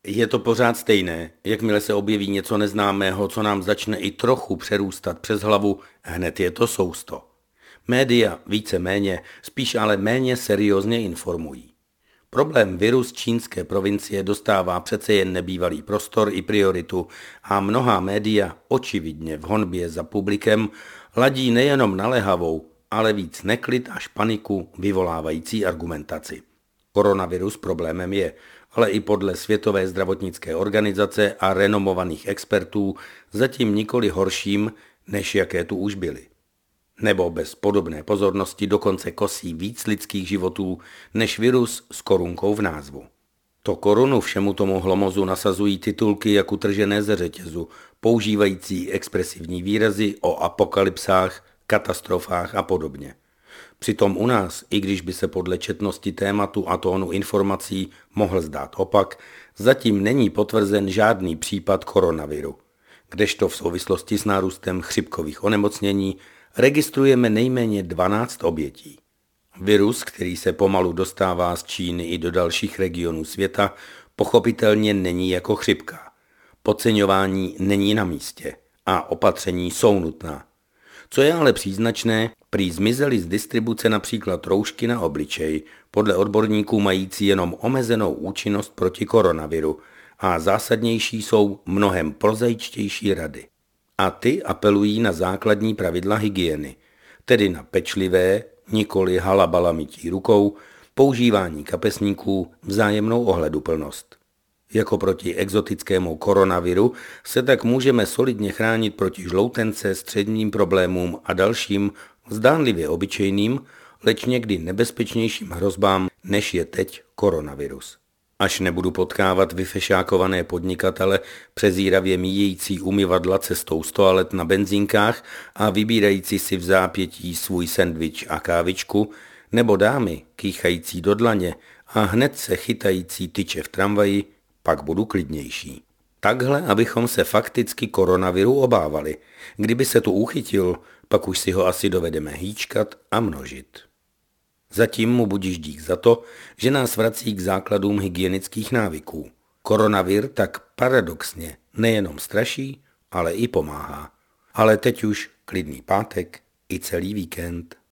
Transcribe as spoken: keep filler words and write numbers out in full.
Je to pořád stejné, jakmile se objeví něco neznámého, co nám začne i trochu přerůstat přes hlavu, hned je to sousto. Média více-méně, spíš ale méně seriózně informují. Problém viru z čínské provincie dostává přece jen nebývalý prostor i prioritu a mnohá média očividně v honbě za publikem ladí nejenom naléhavou, ale víc neklid až paniku vyvolávající argumentaci. Koronavirus problémem je, ale i podle Světové zdravotnické organizace a renomovaných expertů zatím nikoli horším, než jaké tu už byly. Nebo bez podobné pozornosti dokonce kosí víc lidských životů než virus s korunkou v názvu. To korunu všemu tomu hlomozu nasazují titulky jak utržené ze řetězu, používající expresivní výrazy o apokalypsách, katastrofách a podobně. Přitom u nás, i když by se podle četnosti tématu a tónu informací mohl zdát opak, zatím není potvrzen žádný případ koronaviru, kdežto v souvislosti s nárůstem chřipkových onemocnění registrujeme nejméně dvanáct obětí. Virus, který se pomalu dostává z Číny i do dalších regionů světa, pochopitelně není jako chřipka. Podceňování není na místě a opatření jsou nutná. Co je ale příznačné, prý zmizely z distribuce například roušky na obličej, podle odborníků mající jenom omezenou účinnost proti koronaviru, a zásadnější jsou mnohem prozaičtější rady. A ty apelují na základní pravidla hygieny, tedy na pečlivé, nikoli halabala mytí rukou, používání kapesníků, vzájemnou ohleduplnost. Jako proti exotickému koronaviru se tak můžeme solidně chránit proti žloutence, středním problémům a dalším zdánlivě obyčejným, leč někdy nebezpečnějším hrozbám, než je teď koronavirus. Až nebudu potkávat vyfešákované podnikatele, přezíravě míjející umyvadla cestou z toalet na benzínkách a vybírající si v zápětí svůj sendvič a kávičku, nebo dámy kýchající do dlaně a hned se chytající tyče v tramvaji, pak budu klidnější. Takhle, abychom se fakticky koronaviru obávali. Kdyby se tu uchytil, pak už si ho asi dovedeme hýčkat a množit. Zatím mu budiž dík za to, že nás vrací k základům hygienických návyků. Koronavir tak paradoxně nejenom straší, ale i pomáhá. Ale teď už klidný pátek i celý víkend.